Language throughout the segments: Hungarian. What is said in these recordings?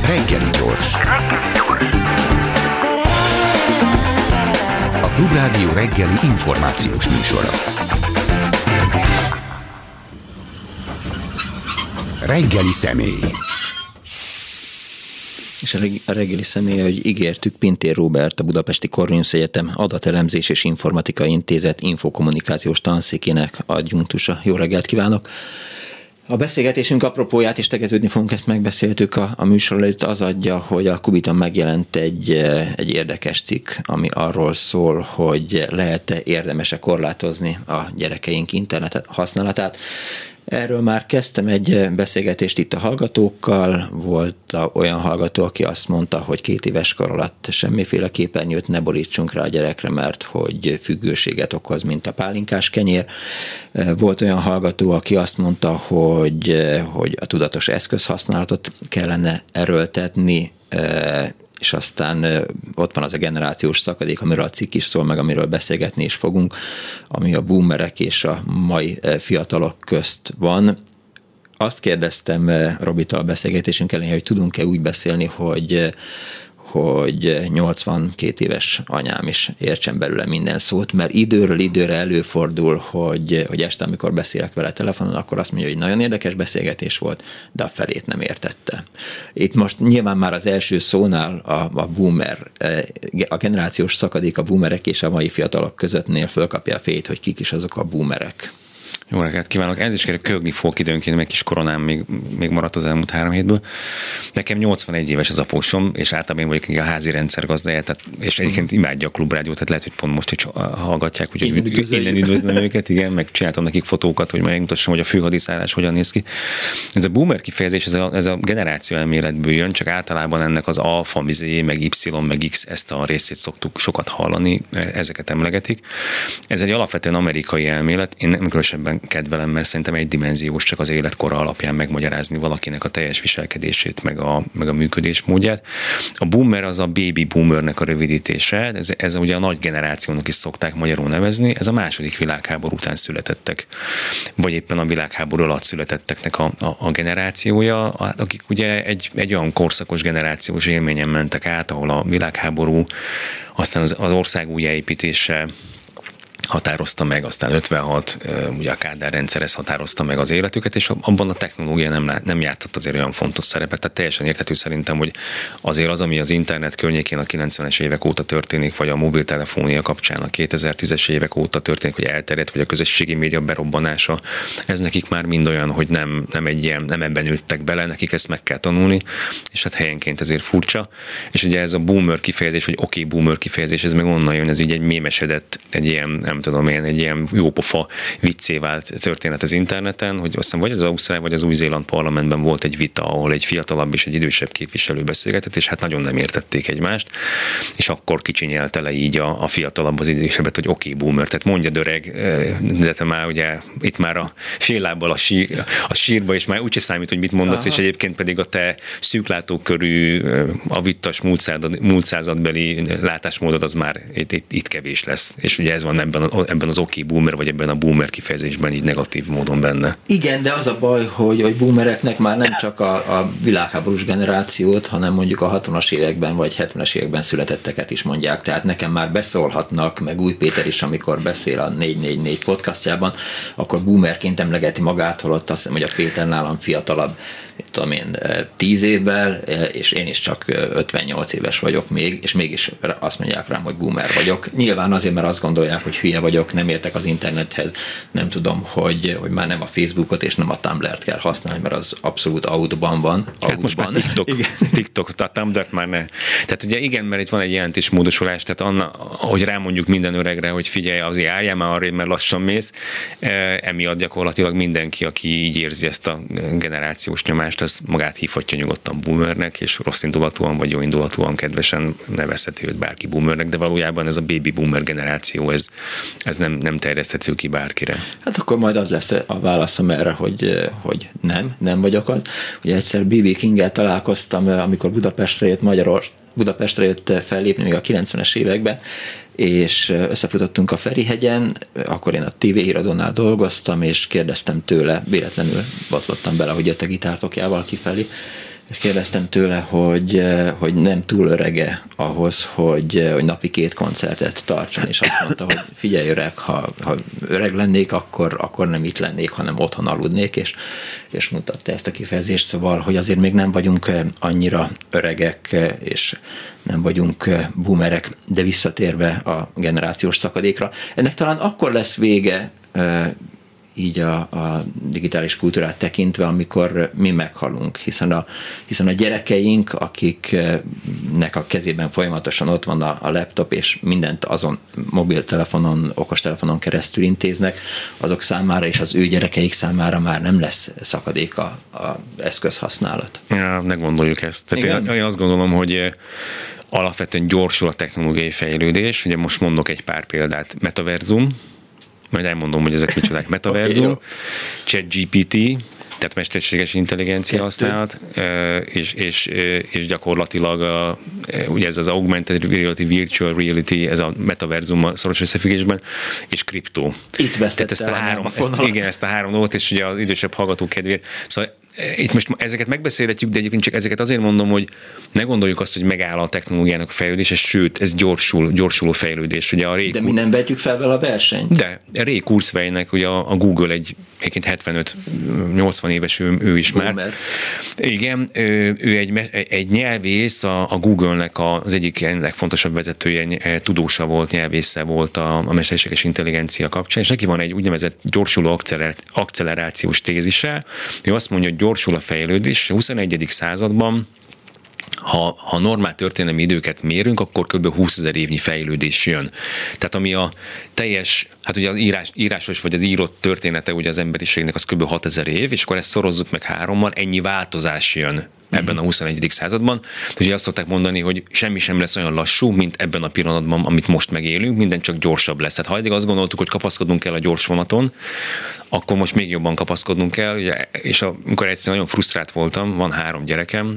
Reggeli gyors. A Klubrádió reggeli információs műsora. Reggeli személy. És a reggeli személy, hogy ígértük, Pintér Róbert, a Budapesti Corvinus Egyetem Adatelemzés és Informatikai Intézet infokommunikációs tanszékének adjunktusa. Jó reggelt kívánok! A beszélgetésünk apropóját is tegeződni fogunk, ezt megbeszéltük a műsor előtt, az adja, hogy a Kubiton megjelent egy érdekes cikk, ami arról szól, hogy lehet-e érdemes-e korlátozni a gyerekeink internet használatát. Erről már kezdtem egy beszélgetést itt a hallgatókkal, volt olyan hallgató, aki azt mondta, hogy 2 éves kor alatt semmiféle képernyőt ne borítsunk rá a gyerekre, mert hogy függőséget okoz, mint a pálinkás kenyér. Volt olyan hallgató, aki azt mondta, hogy a tudatos eszközhasználatot kellene erőltetni, és aztán ott van az a generációs szakadék, amiről a cikk is szól, meg amiről beszélgetni is fogunk, ami a boomerek és a mai fiatalok közt van. Azt kérdeztem Robitól a beszélgetésünk elején, hogy tudunk-e úgy beszélni, hogy 82 éves anyám is értsen belőle minden szót, mert időről időre előfordul, hogy este, amikor beszélek vele telefonon, akkor azt mondja, hogy nagyon érdekes beszélgetés volt, de a felét nem értette. Itt most nyilván már az első szónál a boomer, a generációs szakadék a boomerek és a mai fiatalok közöttnél fölkapja a fejét, hogy kik is azok a boomerek. Jó reggelt kívánok! Ez is kérlek, köhögni fogok időnként, meg kis koronám még maradt az elmúlt 3 hétből. Nekem 81 éves az apósom, és általában én vagyok a házi rendszer gazdája, és egyébként imádja a Klubrádiót, tehát lehet, hogy pont most is hallgatják, úgyhogy innen üdvözlöm őket, igen, meg csináltam nekik fotókat, hogy megmutassam, hogy a főhadiszállás hogyan néz ki. Ez a boomer kifejezés, ez a generáció elméletből jön, csak általában ennek az alfa, meg Y, meg X, ezt a részét szoktuk sokat hallani, ezeket emlegetik. Ez egy alapvetően amerikai elmélet, én nem különösebben kedvelem, mert szerintem egydimenziós, csak az életkora alapján megmagyarázni valakinek a teljes viselkedését, meg a működésmódját. A boomer az a baby boomernek a rövidítése, ez ugye a nagy generációnak is szokták magyarul nevezni, ez a II. Világháború után születettek, vagy éppen a világháború alatt születetteknek a generációja, akik ugye egy olyan korszakos generációs élményen mentek át, ahol a világháború, aztán az ország újjáépítése határozta meg, aztán 56, ugye a Kádár rendszer ez határozta meg az életüket, és abban a technológia nem játszott azért olyan fontos szerepet, tehát teljesen érthető szerintem, hogy azért az, ami az internet környékén a 90-es évek óta történik, vagy a mobiltelefonia kapcsán a 2010-es évek óta történik, hogy elterjedt, vagy a közösségi média berobbanása, ez nekik már mind olyan, hogy nem ebben nőttek bele, nekik ezt meg kell tanulni, és hát helyenként ezért furcsa. És ugye ez a boomer kifejezés, vagy oké boomer kifejezés, ez meg onnan jön, ez így egy mémesedett, egy ilyen, nem tudom én, egy ilyen jópofa viccé vált történet az interneten, hogy aztán vagy az Ausztrál, vagy az Új-Zéland parlamentben volt egy vita, ahol egy fiatalabb és egy idősebb képviselő beszélgetett, és hát nagyon nem értették egymást, és akkor kicsinyelte le így a fiatalabb az idősebbet, hogy oké, boomer, tehát mondja öreg, de te már ugye itt már a fél lábbal a sírba, és már úgyse számít, hogy mit mondasz, és egyébként pedig a te szűklátókörű, a vittas múlt századbeli látásmódod az már itt kevés lesz. És ugye ez van ebben az oké boomer, vagy ebben a boomer kifejezésben így negatív módon benne. Igen, de az a baj, hogy boomereknek már nem csak a világháborús generációt, hanem mondjuk a 60-as években vagy 70-es években születetteket is mondják. Tehát nekem már beszólhatnak, meg Új Péter is, amikor beszél a 444 podcastjában, akkor boomerként emlegeti magát, holott azt hiszem, hogy a Péter nálam fiatalabb, tudom én, 10 évvel, és én is csak 58 éves vagyok még, és mégis azt mondják rám, hogy boomer vagyok. Nyilván azért, mert azt gondolják, hogy hülye vagyok, nem értek az internethez, nem tudom, hogy már nem a Facebookot és nem a Tumblr-t kell használni, mert az abszolút outban van. Hát most már TikTok, a Tumblr-t már ne. Tehát ugye igen, mert itt van egy jelentésmódosulás, tehát ahogy rámondjuk minden öregre, hogy figyelj, azért álljál már arrébb, mert lassan mész, emiatt gyakorlatilag mindenki, aki így érzi ezt a generációs nyomást, az magát hívhatja nyugodtan boomernek, és rossz indulatúan vagy jó indulatúan kedvesen nevezheti őt bárki boomernek, de valójában ez a baby boomer generáció, ez nem terjeszthető ki bárkire. Hát akkor majd az lesz a válaszom erre, hogy nem vagyok az. Ugye egyszer B.B. Kinggel találkoztam, amikor Budapestre jött fellépni még a 90-es években, és összefutottunk a Ferihegyen, akkor én a TV híradónál dolgoztam, és kérdeztem tőle, véletlenül botlottam bele, hogy jött a gitártokjával kifelé, És kérdeztem tőle, hogy nem túl örege ahhoz, hogy napi 2 koncertet tartson, és azt mondta, hogy figyelj öreg, ha öreg lennék, akkor nem itt lennék, hanem otthon aludnék, és mutatta ezt a kifejezést, szóval, hogy azért még nem vagyunk annyira öregek, és nem vagyunk boomerek, de visszatérve a generációs szakadékra. Ennek talán akkor lesz vége, így a digitális kultúrát tekintve, amikor mi meghalunk, hiszen a gyerekeink, akiknek a kezében folyamatosan ott van a laptop, és mindent azon mobiltelefonon, okostelefonon keresztül intéznek, azok számára és az ő gyerekeik számára már nem lesz szakadék a eszközhasználat. Ja, ne gondoljuk ezt. Tehát én azt gondolom, hogy alapvetően gyorsul a technológiai fejlődés. Ugye most mondok egy pár példát. Metaverzum, majd elmondom, hogy ezek micsodák. Metaverzum, ChatGPT, tehát mesterséges intelligencia használat, és gyakorlatilag ugye ez az augmented reality, virtual reality, ez a metaverzum szoros összefüggésben, és kriptó. Itt vesztette ezt a három dolgot, és ugye az idősebb hallgatók kedvéért. Szóval itt most ezeket megbeszélhetjük, de egyébként csak ezeket azért mondom, hogy ne gondoljuk azt, hogy megáll a technológiának a fejlődése, sőt, ez gyorsuló fejlődés. Ugye de mi nem vetjük fel vele a versenyt? De Ray Kurzweilnek ugye a Google egyébként 75-80 éves ő is Boomer. Már. Igen, ő egy nyelvész, a Google-nek az egyik legfontosabb vezetője, tudósa volt, nyelvésze volt a mesterséges intelligencia kapcsán, és neki van egy úgynevezett gyorsuló akcelerációs tézise. Ő azt mondja, hogy gyorsul a fejlődés. A 21. században, ha normál történelmi időket mérünk, akkor kb. 20 000 évnyi fejlődés jön. Tehát ami a teljes, hát ugye az írásos vagy az írott története ugye az emberiségnek az kb. 6000 év, és akkor ezt szorozzuk meg 3-mal, ennyi változás jön ebben a 21. században. Ugye azt szokták mondani, hogy semmi sem lesz olyan lassú, mint ebben a pillanatban, amit most megélünk, minden csak gyorsabb lesz. Tehát ha eddig azt gondoltuk, hogy kapaszkodnunk kell a gyors vonaton, akkor most még jobban kapaszkodnunk kell, ugye, és amikor egyszerűen nagyon frusztrált voltam, van 3 gyerekem,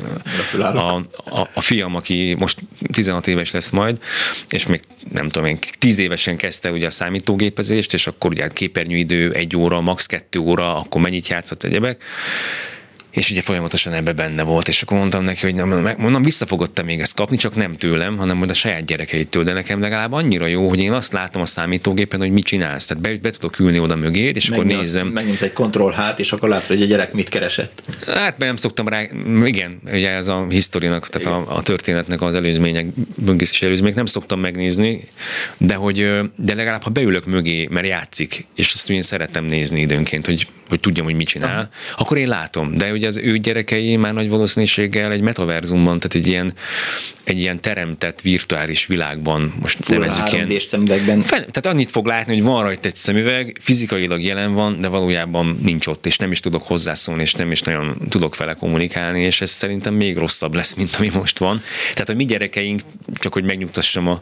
a fiam, aki most 16 éves lesz majd, és még nem tudom én, 10 évesen kezdte ugye a számítógépezést, és akkor ugye képernyőidő 1 óra, max. 2 óra, akkor mennyit játszott egyebek, és ugye folyamatosan ebbe benne volt, és akkor mondtam neki, hogy mondom, vissza fogod te még ezt kapni, csak nem tőlem, hanem majd a saját gyerekeitől, de nekem legalább annyira jó, hogy én azt látom a számítógépen, hogy mit csinálsz. Tehát be tudok ülni oda mögéd, és akkor nézem. Megnyomsz egy Ctrl-H-t, és akkor látod, hogy a gyerek mit keresett. Hát nem szoktam rá, igen, ugye ez a historinak, tehát a történetnek az előzmények, böngészés előzmények nem szoktam megnézni, de legalább ha beülök mögé, mert játszik, és ezt én szeretem nézni időnként, hogy tudjam, hogy mit csinál, akkor én látom. De ugye az ő gyerekei már nagy valószínűséggel egy metaverzumban, tehát egy ilyen teremtett virtuális világban, most nevezzük ilyen 3D-s szemüvegben. Tehát annyit fog látni, hogy van rajta egy szemüveg, fizikailag jelen van, de valójában nincs ott, és nem is tudok hozzászólni, és nem is nagyon tudok vele kommunikálni, és ez szerintem még rosszabb lesz, mint ami most van. Tehát a mi gyerekeink, csak hogy megnyugtassam,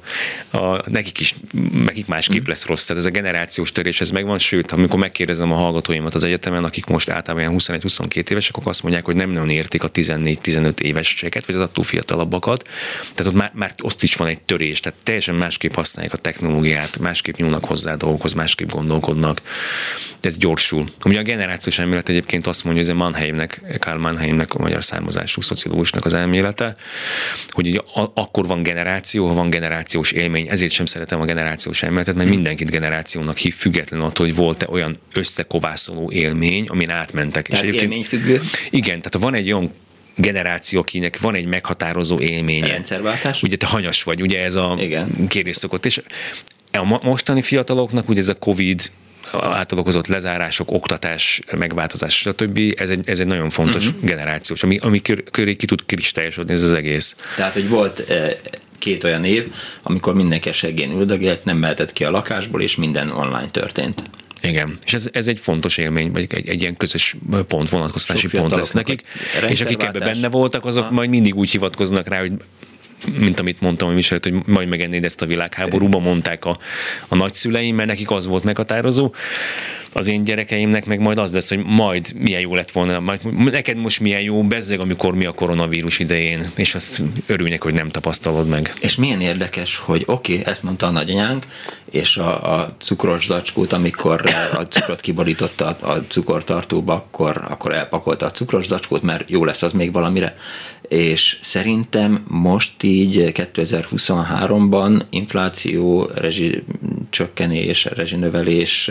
nekik másképp lesz rossz. Tehát ez a generációs törés, ez megvan, sőt, amikor megkérdezem a hallgatóimat az egyetemen, akik most általában 21-22 évesek, akkor azt mondják, hogy nem nagyon értik a 14-15 éveseket, vagy az attól fiatalabbakat. Tehát ott már ott is van egy törés, tehát teljesen másképp használják a technológiát, másképp nyúlnak hozzá dolgokhoz, másképp gondolkodnak. Ez gyorsul. Ugye a generációs elmélet egyébként azt mondja, hogy ez Karl Mannheimnek, a magyar származású szociológusnak az elmélete, hogy ugye akkor van generáció, ha van generációs élmény. Ezért sem szeretem a generációs elméletet, mert mindenkit generációnak hív, függetlenül attól, hogy volt-e olyan összekovászoló élmény, amin átmentek. Tehát élményfüggő? Igen, tehát van egy olyan generáció, akinek van egy meghatározó élménye. Rendszerváltás. Ugye te hanyas vagy, ugye ez a kérdés szokott. És a mostani fiataloknak ugye ez a Covid által okozott lezárások, oktatás, megváltozás, stb. Ez egy nagyon fontos generációs, ami köré ki tud kristályosodni ez az egész. Tehát, hogy volt 2 olyan év, amikor mindenki a seggén üldögélt, nem mehetett ki a lakásból, és minden online történt. Igen, és ez egy fontos élmény, vagy egy ilyen közös pont, vonatkoztatási pont lesz nekik, és akik ebben benne voltak, azok majd mindig úgy hivatkoznak rá, hogy mint amit mondtam a műsorát, hogy majd megennéd ezt a világháborúba, mondták a nagyszüleim, mert nekik az volt meghatározó. Az én gyerekeimnek meg majd az lesz, hogy majd milyen jó lett volna, majd neked most milyen jó, bezzeg, amikor mi a koronavírus idején, és azt örülnek, hogy nem tapasztalod meg. És milyen érdekes, hogy ezt mondta a nagyanyánk, és a cukros zacskót, amikor a cukrot kiborította a cukortartóba, akkor elpakolta a cukros zacskót, mert jó lesz az még valamire. És szerintem most így 2023-ban infláció, rezsicsökkenés, rezsinövelés,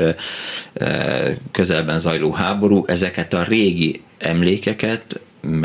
közelben zajló háború, ezeket a régi emlékeket,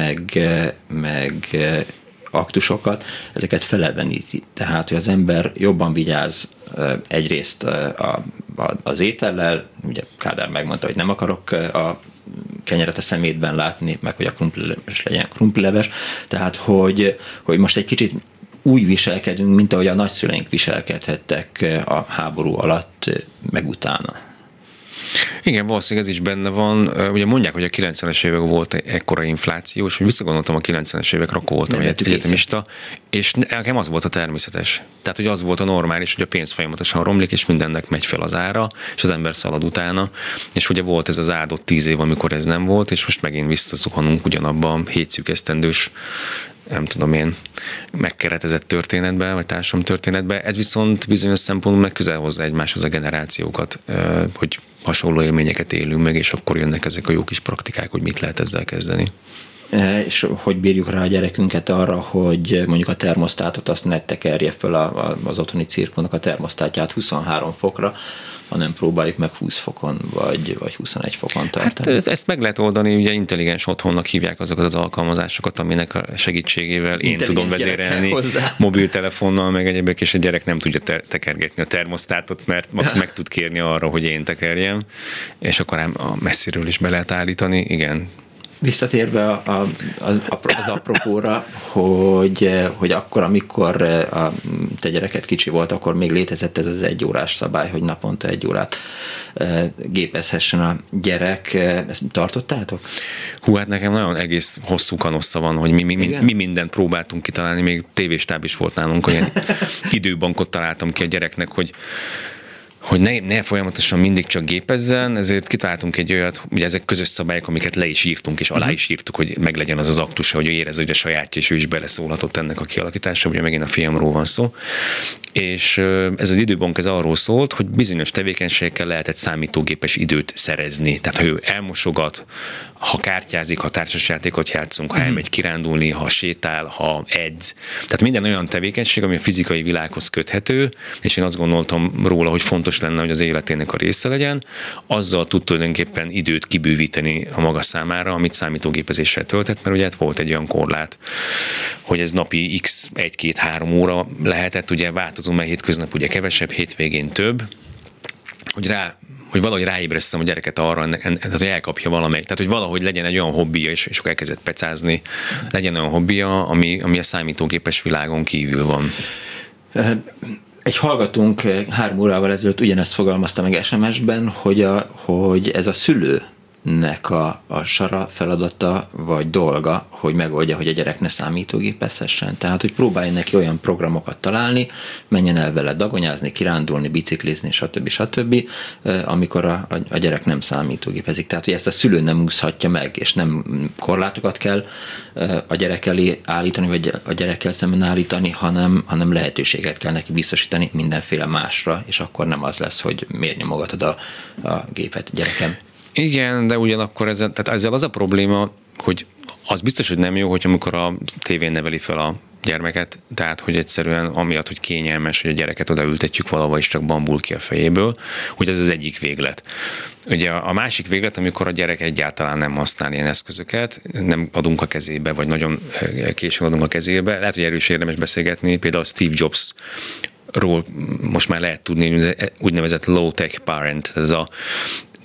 meg aktusokat, ezeket feleleveníti. Tehát, hogy az ember jobban vigyáz egyrészt az étellel, ugye Kádár megmondta, hogy nem akarok a kenyeret a szemétben látni, meg hogy a krumplileves legyen krumplileves, tehát, hogy most egy kicsit úgy viselkedünk, mint ahogy a nagyszüleink viselkedhettek a háború alatt, meg utána. Igen, valószínűleg ez is benne van. Ugye mondják, hogy a 90-es évek volt ekkora infláció, és visszagondoltam a 90-es évekre, akkor voltam egy egyetemista, és nekem az volt a természetes. Tehát, hogy az volt a normális, hogy a pénz folyamatosan romlik, és mindennek megy fel az ára, és az ember szalad utána. És ugye volt ez az áldott 10 év, amikor ez nem volt, és most megint visszazuhanunk ugyanabban 7 szűk esztendős, nem tudom én, megkeretezett történetbe, vagy társadalom történetbe. Ez viszont bizonyos szempontból meg közel hozza egymáshoz a generációkat, hogy hasonló élményeket élünk meg, és akkor jönnek ezek a jó kis praktikák, hogy mit lehet ezzel kezdeni. És hogy bírjuk rá a gyerekünket arra, hogy mondjuk a termosztátot azt ne tekerje föl az otthoni cirkónak a termosztátját 23 fokra, hanem próbáljuk meg 20 fokon, vagy 21 fokon tartani. Hát ezt meg lehet oldani, ugye intelligens otthonnak hívják azokat az alkalmazásokat, aminek a segítségével én tudom vezérelni mobiltelefonnal, meg egyébként, és a gyerek nem tudja tekergetni a termosztátot, mert max meg tud kérni arra, hogy én tekerjem, és akkor a messziről is be lehet állítani, igen. Visszatérve az apropóra, hogy akkor, amikor a te gyereket kicsi volt, akkor még létezett ez az 1 órás szabály, hogy naponta 1 órát gépezhessen a gyerek. Ezt tartottátok? Hú, hát nekem nagyon egész hosszú kanossza van, hogy mi mindent próbáltunk kitalálni, még tévéstáb is volt nálunk, olyan időbankot találtam ki a gyereknek, hogy ne folyamatosan mindig csak gépezzen, ezért kitaláltunk egy olyat, ugye ezek közös szabályok, amiket le is írtunk, és alá is írtuk, hogy meglegyen az aktusa, hogy ő érezze, hogy a sajátja, és ő is beleszólhatott ennek a kialakításra, ugye megint a fiamról van szó. És ez az időbank ez arról szólt, hogy bizonyos tevékenységekkel lehetett számítógépes időt szerezni. Tehát ha ő elmosogat, ha kártyázik, ha társasjátékot játszunk, ha elmegy kirándulni, ha sétál, ha edz. Tehát minden olyan tevékenység, ami a fizikai világhoz köthető, és én azt gondoltam róla, hogy fontos lenne, hogy az életének a része legyen, azzal tud tulajdonképpen időt kibővíteni a maga számára, amit számítógépezéssel töltett, mert ugye volt egy olyan korlát, hogy ez napi x 1-2-3 óra lehetett, ugye változó, mert hétköznap ugye kevesebb, hétvégén több, hogy valahogy ráébresztem a gyereket arra, hogy elkapja valamelyik. Tehát, hogy valahogy legyen egy olyan hobbija, és akkor elkezdett pecázni, legyen olyan hobbija, ami a számítógépes világon kívül van. Egy hallgatónk 3 órával ezelőtt ugyanezt fogalmazta meg SMS-ben, hogy ez a szülőnek a sara feladata vagy dolga, hogy megoldja, hogy a gyerek ne számítógépezhessen. Tehát, hogy próbálj neki olyan programokat találni, menjen el vele dagonyázni, kirándulni, biciklizni, stb. Amikor a gyerek nem számítógépezik. Tehát, hogy ezt a szülő nem úszhatja meg, és nem korlátokat kell a gyerek elé állítani, vagy a gyerekkel szemben állítani, hanem lehetőséget kell neki biztosítani mindenféle másra, és akkor nem az lesz, hogy miért nyomogatod a gépet gyerekem. Igen, de ugyanakkor ezzel az a probléma, hogy az biztos, hogy nem jó, hogy amikor a tévén neveli fel a gyermeket, tehát hogy egyszerűen amiatt, hogy kényelmes, hogy a gyereket odaültetjük valahova, és csak bambul ki a fejéből, hogy ez az egyik véglet. Ugye a másik véglet, amikor a gyerek egyáltalán nem használ ilyen eszközöket, nem adunk a kezébe, vagy nagyon későn adunk a kezébe. Lehet, hogy erről is érdemes beszélgetni, például Steve Jobsról most már lehet tudni, úgynevezett low-tech parent, ez a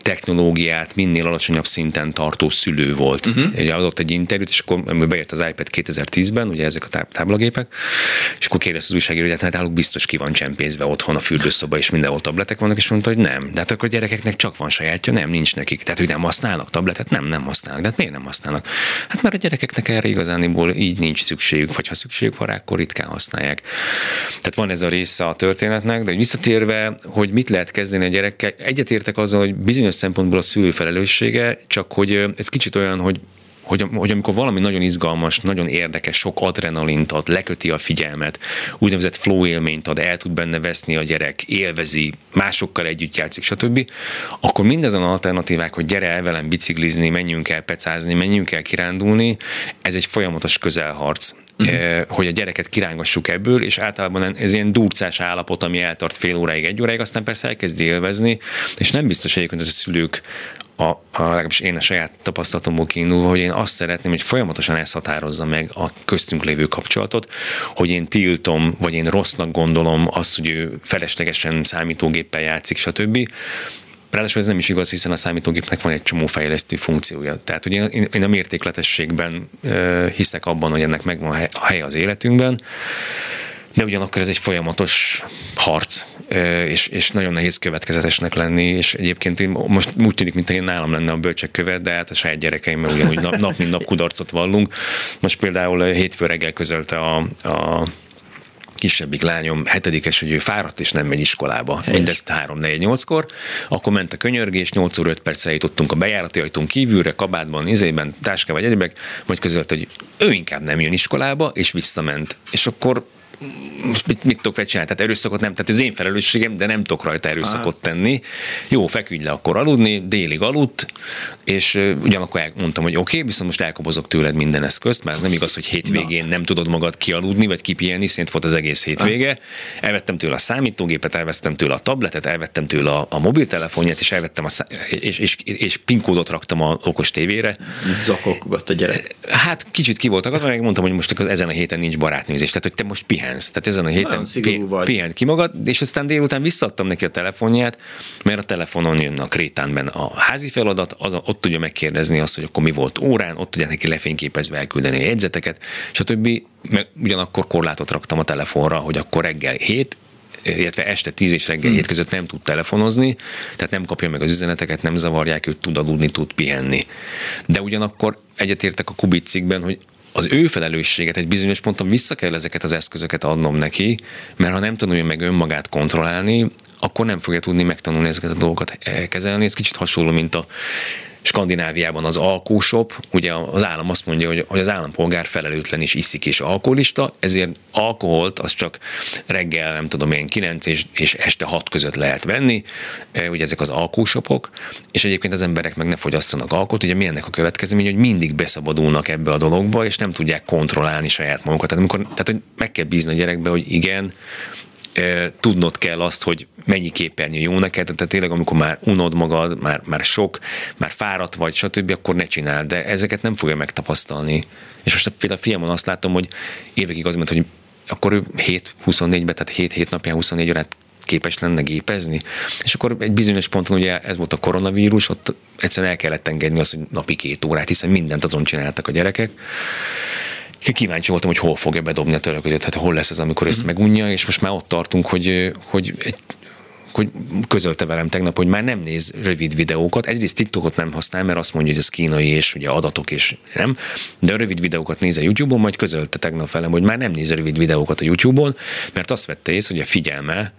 technológiát minél alacsonyabb szinten tartó szülő volt. Ugye adott egy interjút, és akkor bejött az iPad 2010-ben, ugye ezek a táblagépek, és akkor kérdezte az újságíró, hogy hát náluk biztos ki van csempészve otthon a fürdőszoba, és mindenhol tabletek vannak, és mondta, hogy nem. De hát akkor a gyerekeknek csak van sajátja, nem, nincs nekik. Tehát, hogy nem használnak tabletet, nem használnak. De hát miért nem használnak? Hát mert a gyerekeknek erre igazániból így nincs szükségük, vagy ha szükségük van rá, akkor ritkán használják. Tehát van ez a része a történetnek, de visszatérve, hogy mit lehet kezdeni a gyerekkel, egyetértek azzal, hogy bizonyos szempontból a szülő felelőssége, csak hogy ez kicsit olyan, hogy amikor valami nagyon izgalmas, nagyon érdekes, sok adrenalint ad, leköti a figyelmet, úgynevezett flow élményt ad, el tud benne veszni a gyerek, élvezi, másokkal együtt játszik, stb., akkor mindezen alternatívák, hogy gyere el velem biciklizni, menjünk el pecázni, menjünk el kirándulni, ez egy folyamatos közelharc. Hogy a gyereket kirángassuk ebből, és általában ez ilyen durcás állapot, ami eltart fél óráig, egy óráig, aztán persze elkezdi élvezni, és nem biztos egyébként, hogy a szülők, legalábbis én a saját tapasztalatomból kiindulva, hogy én azt szeretném, hogy folyamatosan ezt határozza meg a köztünk lévő kapcsolatot, hogy én tiltom, vagy én rossznak gondolom azt, hogy ő feleslegesen számítógéppel játszik, stb. Ráadásul ez nem is igaz, hiszen a számítógépnek van egy csomó fejlesztő funkciója. Tehát ugye én a mértékletességben hiszek abban, hogy ennek megvan a helye az életünkben, de ugyanakkor ez egy folyamatos harc, és nagyon nehéz következetesnek lenni, és egyébként most úgy tűnik, mintha én nálam lenne a bölcsek követ, de hát a saját gyerekeimmel ugyanúgy nap mint nap kudarcot vallunk. Most például hétfő reggel közölte a kisebbik lányom, 7-es, hogy ő fáradt és nem megy iskolába. Mindezt 3-4-8-kor. Akkor ment a könyörgés, 8 óra 5 percre jutottunk a bejárati ajtón kívülre, kabátban, izében, táskában vagy egyebek, majd közölte, hogy ő inkább nem jön iskolába, és visszament. És akkor most mit tudok vele csinálni? Tehát erőszakot nem, tehát az én felelősségem, de nem tudok rajta erőszakot tenni. Jó, feküdj le akkor aludni, délig aludt, és ugyanakkor mondtam, hogy oké, viszont most elkobozok tőled minden eszközt, mert nem igaz, hogy hétvégén nem tudod magad kialudni, vagy kipihenni, szint volt az egész hétvége. Elvettem tőle a számítógépet, elvettem tőle a tabletet, elvettem tőle a mobiltelefonját, és elvettem és pinkódot raktam az okos tévére. Zakogott a gyerek. Hát kicsit ki volt akadva, megmondtam, hogy most ezen a héten nincs barátnőzés, tehát hogy te most pihensz. Tehát ezen a héten pihent ki magad, és aztán délután visszaadtam neki a telefonját, mert a telefonon jön a Krétánben a házi feladat, ott tudja megkérdezni azt, hogy akkor mi volt órán, ott tudja neki lefényképezve elküldeni a jegyzeteket, stb. Meg ugyanakkor korlátot raktam a telefonra, hogy akkor reggel 7, illetve este 10 és reggel 7 között nem tud telefonozni, tehát nem kapja meg az üzeneteket, nem zavarják, őt tud aludni, tud pihenni. De ugyanakkor egyetértek a Kubit cikkben, hogy az ő felelősséget egy bizonyos ponton vissza kell ezeket az eszközöket adnom neki, mert ha nem tanulja meg önmagát kontrollálni, akkor nem fogja tudni megtanulni ezeket a dolgokat kezelni. Ez kicsit hasonló, mint a Skandináviában az alkóshop, ugye az állam azt mondja, hogy az állampolgár felelőtlen és iszik és alkoholista, ezért alkoholt az csak reggel, nem tudom én, 9 és este 6 között lehet venni, ugye ezek az alkóshopok, és egyébként az emberek meg ne fogyasszanak alkoholt, ugye mi ennek a következménye, hogy mindig beszabadulnak ebbe a dologba, és nem tudják kontrollálni saját magukat. Tehát hogy meg kell bízni a gyerekbe, hogy igen, tudnod kell azt, hogy mennyi képernyő jó neked, tehát tényleg amikor már unod magad, már sok, már fáradt vagy, stb., akkor ne csináld, de ezeket nem fogja megtapasztalni. És most például a fiamon azt látom, hogy évekig az mondta, hogy akkor ő 7-24-ben, tehát 7 napján 24 órát képes lenne gépezni. És akkor egy bizonyos ponton, ugye ez volt a koronavírus, ott egyszerűen el kellett engedni azt, hogy napi 2 órát, hiszen mindent azon csináltak a gyerekek. Kíváncsi voltam, hogy hol fogja bedobni a török között, hát hol lesz ez, amikor ezt megunja, és most már ott tartunk, hogy közölte velem tegnap, hogy már nem néz rövid videókat. Egyrészt TikTokot nem használ, mert azt mondja, hogy ez kínai, és ugye adatok, és nem, de a rövid videókat néz a YouTube-on, majd közölte tegnap velem, hogy már nem néz rövid videókat a YouTube-on, mert azt vette észre, hogy a figyelme,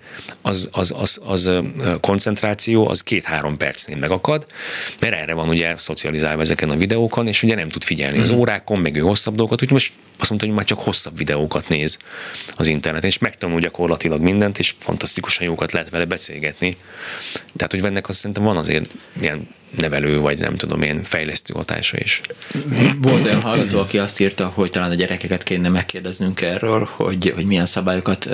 az koncentráció, az 2-3 percnél megakad, mert erre van ugye szocializálva ezeken a videókon, és ugye nem tud figyelni az órákon, meg ő hosszabb dolgokat, úgyhogy most azt mondta, hogy már csak hosszabb videókat néz az interneten, és megtanul gyakorlatilag mindent, és fantasztikusan jókat lehet vele beszélgetni. Tehát, hogy ennek azt szerintem van azért ilyen nevelő, vagy nem tudom én, fejlesztő hatása is. Volt olyan hallgató, aki azt írta, hogy talán a gyerekeket kéne megkérdeznünk erről, hogy milyen szabályokat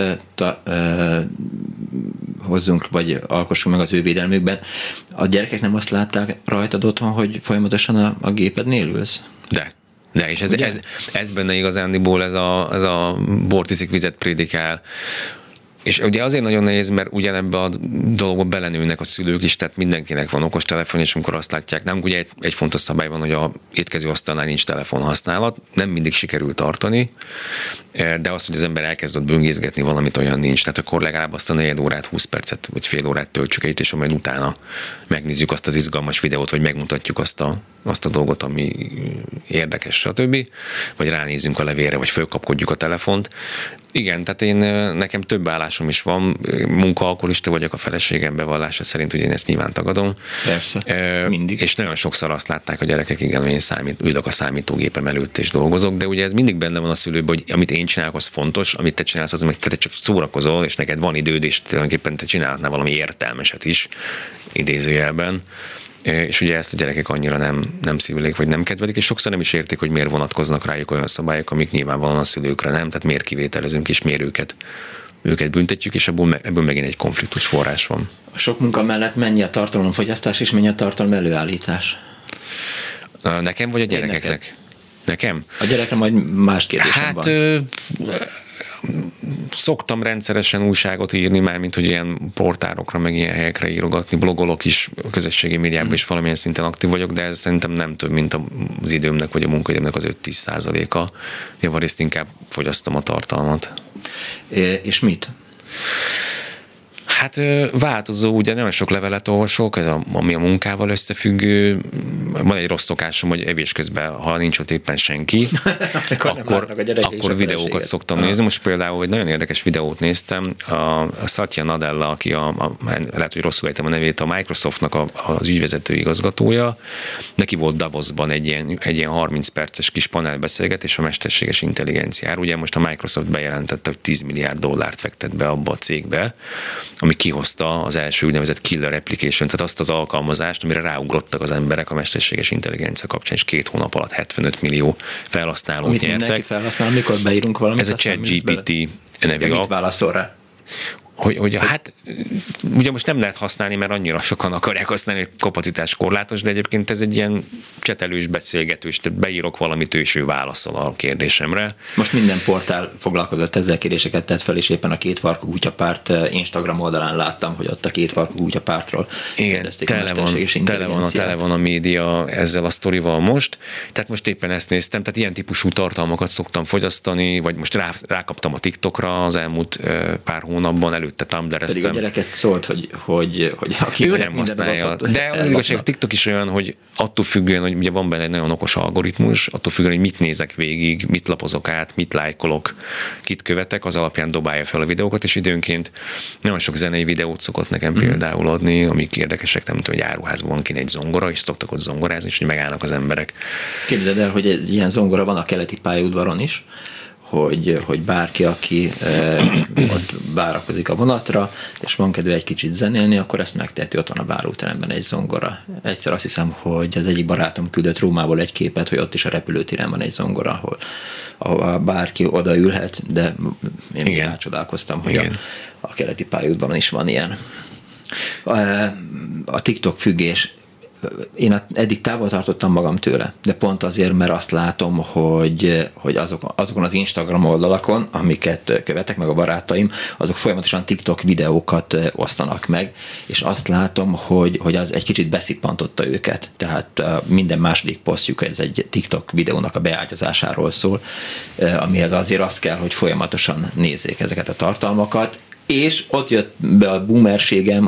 hozzunk, vagy alkossunk meg az ő védelmükben. A gyerekek nem azt látták rajtad otthon, hogy folyamatosan a gépednél ülsz? De, és ez benne igazándiból ez a bort iszik, vizet prédikál, És ugye azért nagyon nehéz, mert ugyanebbe a dologba belenőnek a szülők is, tehát mindenkinek van okostelefon, és amikor azt látják, nálunk ugye egy fontos szabály van, hogy a étkezőasztalnál nincs telefonhasználat, nem mindig sikerül tartani, de az, hogy az ember elkezdett böngészgetni valamit, olyan nincs. Tehát akkor legalább azt a 4 órát, 20 percet, vagy fél órát töltsük együtt, és majd utána megnézzük azt az izgalmas videót, vagy megmutatjuk azt a dolgot, ami érdekes, stb. Vagy ránézzünk a levélre, vagy fölkapkodjuk a telefont. Igen, tehát nekem több állásom is van, munkaalkoholista vagyok, a feleségem bevallása szerint, hogy én ezt nyilván tagadom. Persze, mindig. És nagyon sokszor azt látták a gyerekek, igen, hogy én ülök a számítógépem előtt és dolgozok, de ugye ez mindig benne van a szülőben, hogy amit én csinálok, az fontos, amit te csinálsz, az meg te csak szórakozol, és neked van időd, és tulajdonképpen te csinálhatnál valami értelmeset is, idézőjelben. És ugye ezt a gyerekek annyira nem szívelik, vagy nem kedvelik, és sokszor nem is értik, hogy miért vonatkoznak rájuk olyan szabályok, amik nyilvánvalóan a szülőkre nem, tehát miért kivételezünk, és miért őket büntetjük, és ebből megint egy konfliktus forrás van. A sok munka mellett mennyi a tartalomfogyasztás, és mennyi a tartalom előállítás? Nekem, vagy a gyerekeknek? Nekem? A gyerekre majd más kérdésem van. Szoktam rendszeresen újságot írni, mármint hogy ilyen portálokra, meg ilyen helyekre írogatni, blogolok is, a közösségi médiában is valamilyen szinten aktív vagyok, de ez szerintem nem több, mint az időmnek, vagy a munkaidőmnek az 5-10%-a. Javarészt inkább fogyasztom a tartalmat. És mit? Hát változó, ugye nagyon sok levelet olvasok, ami a munkával összefüggő. Van egy rossz szokásom, hogy evés közben, ha nincs ott éppen senki, akkor videókat szoktam nézni. Most például egy nagyon érdekes videót néztem, a Satya Nadella, aki lehet, hogy rosszul ejtem a nevét, a Microsoftnak az ügyvezető igazgatója, neki volt Davosban egy ilyen 30 perces kis panelbeszélgetés a mesterséges intelligenciáról. Ugye most a Microsoft bejelentette, hogy $10 milliárd fektet be abba a cégbe, ami kihozta az első úgynevezett killer application, tehát azt az alkalmazást, amire ráugrottak az emberek a mesterséges intelligencia kapcsán, és 2 hónap alatt 75 millió felhasználót amit nyertek. Mindenki felhasznál, amikor beírunk valamit. Ez a ChatGPT nevű. Mit válaszol rá? Hogy hát ugye most nem lehet használni, mert annyira sokan akarják használni, hogy kapacitás korlátos, de egyébként ez egy ilyen csetelős, beszélgetős, tehát beírok valamit, és ő válaszol a kérdésemre. Most minden portál foglalkozott ezzel, kérdéseket tett fel, és éppen a Kétfarkú kutyapárt Instagram oldalán láttam, hogy ott a Kétfarkú kutyapártról kérdezték a mesterséges intelligenciát. Tele van a média ezzel a sztorival most, tehát most éppen ezt néztem, tehát ilyen típusú tartalmakat szoktam fogyasztani, vagy most rákaptam a TikTokra az elmúlt pár hónapban, előtte Tumblr-eztem. Pedig a gyereket szólt, hogy aki ő nem használja. De az igazság, a TikTok is olyan, hogy attól függően, hogy ugye van benne egy nagyon okos algoritmus, attól függően, hogy mit nézek végig, mit lapozok át, mit lájkolok, kit követek, az alapján dobálja fel a videókat, és időnként nagyon sok zenei videót szokott nekem például adni, amik érdekesek, nem tudom, hogy áruházban van kint egy zongora, és szoktak ott zongorázni, és hogy megállnak az emberek. Képzeld el, hogy egy ilyen zongora van a keleti pályaudvaron is, hogy bárki, aki ott várakozik a vonatra, és van kedve egy kicsit zenélni, akkor ezt megteheti, ott van a váróteremben egy zongora. Egyszer azt hiszem, hogy az egyik barátom küldött Rómából egy képet, hogy ott is a repülőtéren van egy zongora, ahol bárki odaülhet, de én rácsodálkoztam, hogy a keleti pályaudvaron is van ilyen. A TikTok függés. Én eddig távol tartottam magam tőle, de pont azért, mert azt látom, hogy azokon az Instagram oldalakon, amiket követek meg a barátaim, azok folyamatosan TikTok videókat osztanak meg, és azt látom, hogy az egy kicsit beszippantotta őket. Tehát minden második posztjuk ez egy TikTok videónak a beágyazásáról szól, amihez azért az kell, hogy folyamatosan nézzék ezeket a tartalmakat, és ott jött be a boomerségem,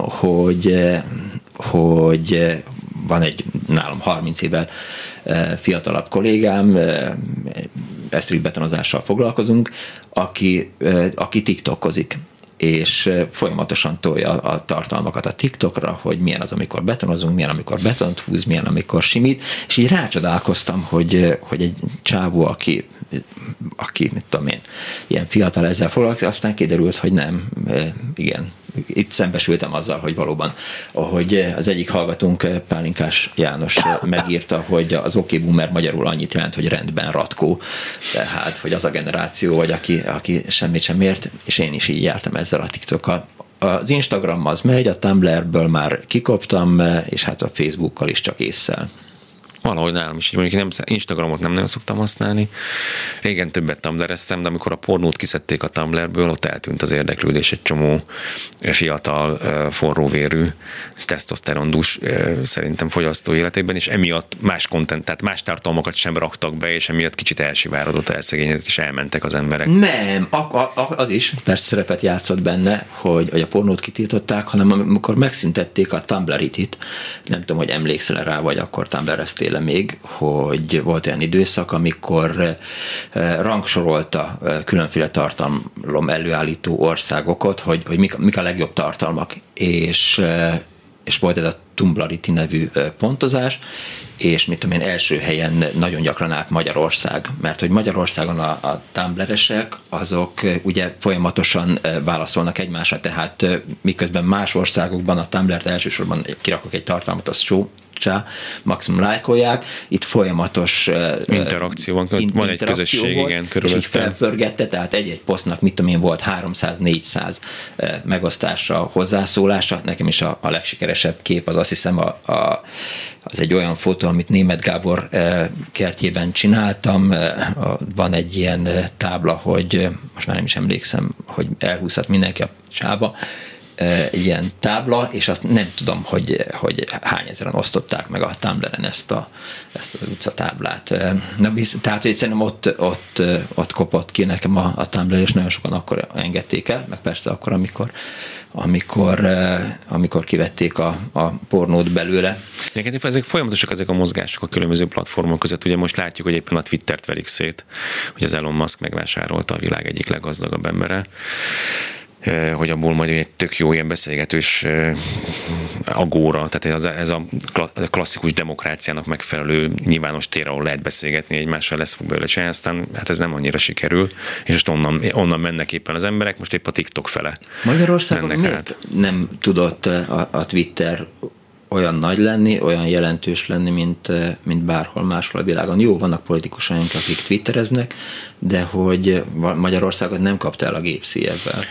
hogy van egy nálam 30 évvel fiatalabb kollégám, esztribetonozással foglalkozunk, aki TikTokozik, és folyamatosan tolja a tartalmakat a TikTokra, hogy milyen az, amikor betonozunk, milyen, amikor betont húz, milyen, amikor simít, és így rácsodálkoztam, hogy egy csávó, aki mit tudom én, ilyen fiatal ezzel foglalkozik, aztán kiderült, hogy nem, igen, itt szembesültem azzal, hogy valóban, ahogy az egyik hallgatónk, Pálinkás János megírta, hogy az OK Boomer magyarul annyit jelent, hogy rendben ratkó, tehát, hogy az a generáció, vagy aki semmit sem ért, és én is így jártam ezzel a TikTokkal. Az Instagram az megy, a Tumblrből már kikoptam, és hát a Facebookkal is csak ésszel. Valahogy nálam is, mondjuk Instagramot nem nagyon szoktam használni. Régen többet Tumblr-eztem, de amikor a pornót kiszedték a Tumblrből, ott eltűnt az érdeklődés egy csomó fiatal, forróvérű, tesztoszterondus szerintem fogyasztó életében, és emiatt más content, tehát más tartalmakat sem raktak be, és emiatt kicsit elsivárodott, elszegényedett, és elmentek az emberek. Nem, az is persze szerepet játszott benne, hogy a pornót kitiltották, hanem amikor megszüntették a Tumblr-it, nem tudom, hogy emlékszel rá, vagy akkor Tumblr-eztél még, hogy volt olyan időszak, amikor rangsorolta különféle tartalom előállító országokat, hogy mik a legjobb tartalmak, és volt ez a Tumblr-iti nevű pontozás, és mit tudom én, első helyen nagyon gyakran állt Magyarország, mert hogy Magyarországon a Tumblr-esek, azok ugye folyamatosan válaszolnak egymásra, tehát miközben más országokban a Tumblr-t elsősorban kirakok egy tartalmat, az maximum lájkolják, itt folyamatos interakció van egy közösség, volt, igen, körülöttem. És így felpörgette, tehát egy-egy posztnak, mit tudom én, volt 300-400 megosztása, hozzászólása. Nekem is a legsikeresebb kép az azt hiszem az egy olyan fotó, amit Németh Gábor kertjében csináltam. Van egy ilyen tábla, hogy most már nem is emlékszem, hogy elhúzhat mindenki a csába, egy ilyen tábla, és azt nem tudom, hogy hány ezeren osztották meg a Tumblr-en ezt az utcatáblát. Tehát, hogy szerintem ott kopott ki nekem a Tumblr, és nagyon sokan akkor engedték el, meg persze akkor, amikor kivették a pornót belőle. Ezek folyamatosak ezek a mozgások a különböző platformok között. Ugye most látjuk, hogy éppen a Twittert verik szét, hogy az Elon Musk megvásárolta a világ egyik leggazdagabb embere, hogy abból majd egy tök jó ilyen beszélgetős agóra, tehát ez a klasszikus demokráciának megfelelő nyilvános tér, ahol lehet beszélgetni egymással, lesz fog belőle csinálni, aztán hát ez nem annyira sikerül, és most onnan mennek éppen az emberek, most épp a TikTok fele. Magyarországon miért nem tudott a Twitter olyan nagy lenni, olyan jelentős lenni, mint bárhol máshol a világon? Jó, vannak politikusaink, akik twittereznek, de hogy Magyarországot nem kapta el a gépszíjebben.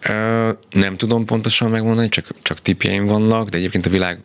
Nem tudom pontosan megmondani, csak tippjeim vannak, de egyébként a világ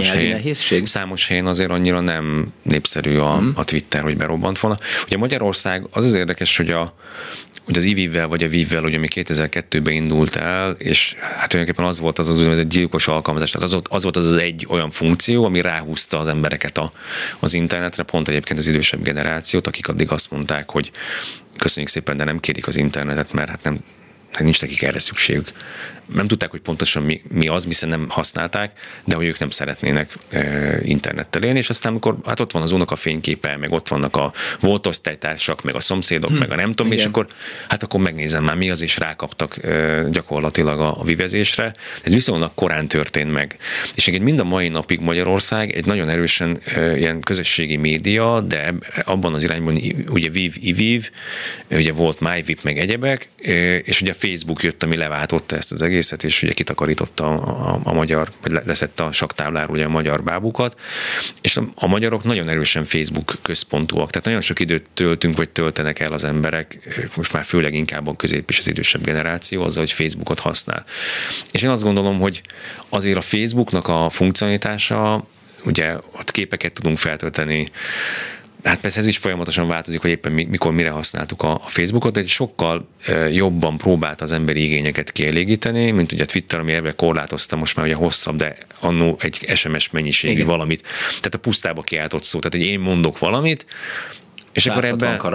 számos helyen azért annyira nem népszerű a Twitter, hogy berobbant volna. Ugye Magyarország az érdekes, hogy az IVIV-vel vagy a VIV-vel, ugye, ami 2002-ben indult el, és hát tulajdonképpen az volt az úgynevezett gyilkos alkalmazás, tehát az volt az egy olyan funkció, ami ráhúzta az embereket az internetre, pont egyébként az idősebb generációt, akik addig azt mondták, hogy köszönjük szépen, de nem kérik az internetet, mert hát nincs nekik erre szükségük. Nem tudták, hogy pontosan mi az, hiszen nem használták, de hogy ők nem szeretnének internettel élni, és aztán amikor hát ott van az unoka fényképe, meg ott vannak a volt osztálytársak, meg a szomszédok, meg a nem tudom, és akkor megnézem már mi az, és rákaptak gyakorlatilag a vivezésre. Ez viszonylag korán történt meg. És egyébként mind a mai napig Magyarország egy nagyon erősen ilyen közösségi média, de abban az irányban ugye VIV, IVIV, ugye volt MyVip, meg egyebek, és ugye a Facebook jött, ami leváltotta ezt az egészet, és ugye kitakarította a magyar, vagy leszette a saktábláról ugye a magyar bábukat, és a magyarok nagyon erősen Facebook központúak, tehát nagyon sok időt töltünk, vagy töltenek el az emberek, most már főleg inkább a közép és az idősebb generáció, azzal, hogy Facebookot használ. És én azt gondolom, hogy azért a Facebooknak a funkcionalitása, ugye ott képeket tudunk feltölteni, hát persze ez is folyamatosan változik, hogy éppen mikor mire használtuk a Facebookot, de sokkal jobban próbált az emberi igényeket kielégíteni, mint ugye a Twitter, ami elvileg korlátozta most már ugye hosszabb, de annó egy SMS mennyiségű igen. valamit. Tehát a pusztába kiáltott szó. Tehát, hogy én mondok valamit, és akkor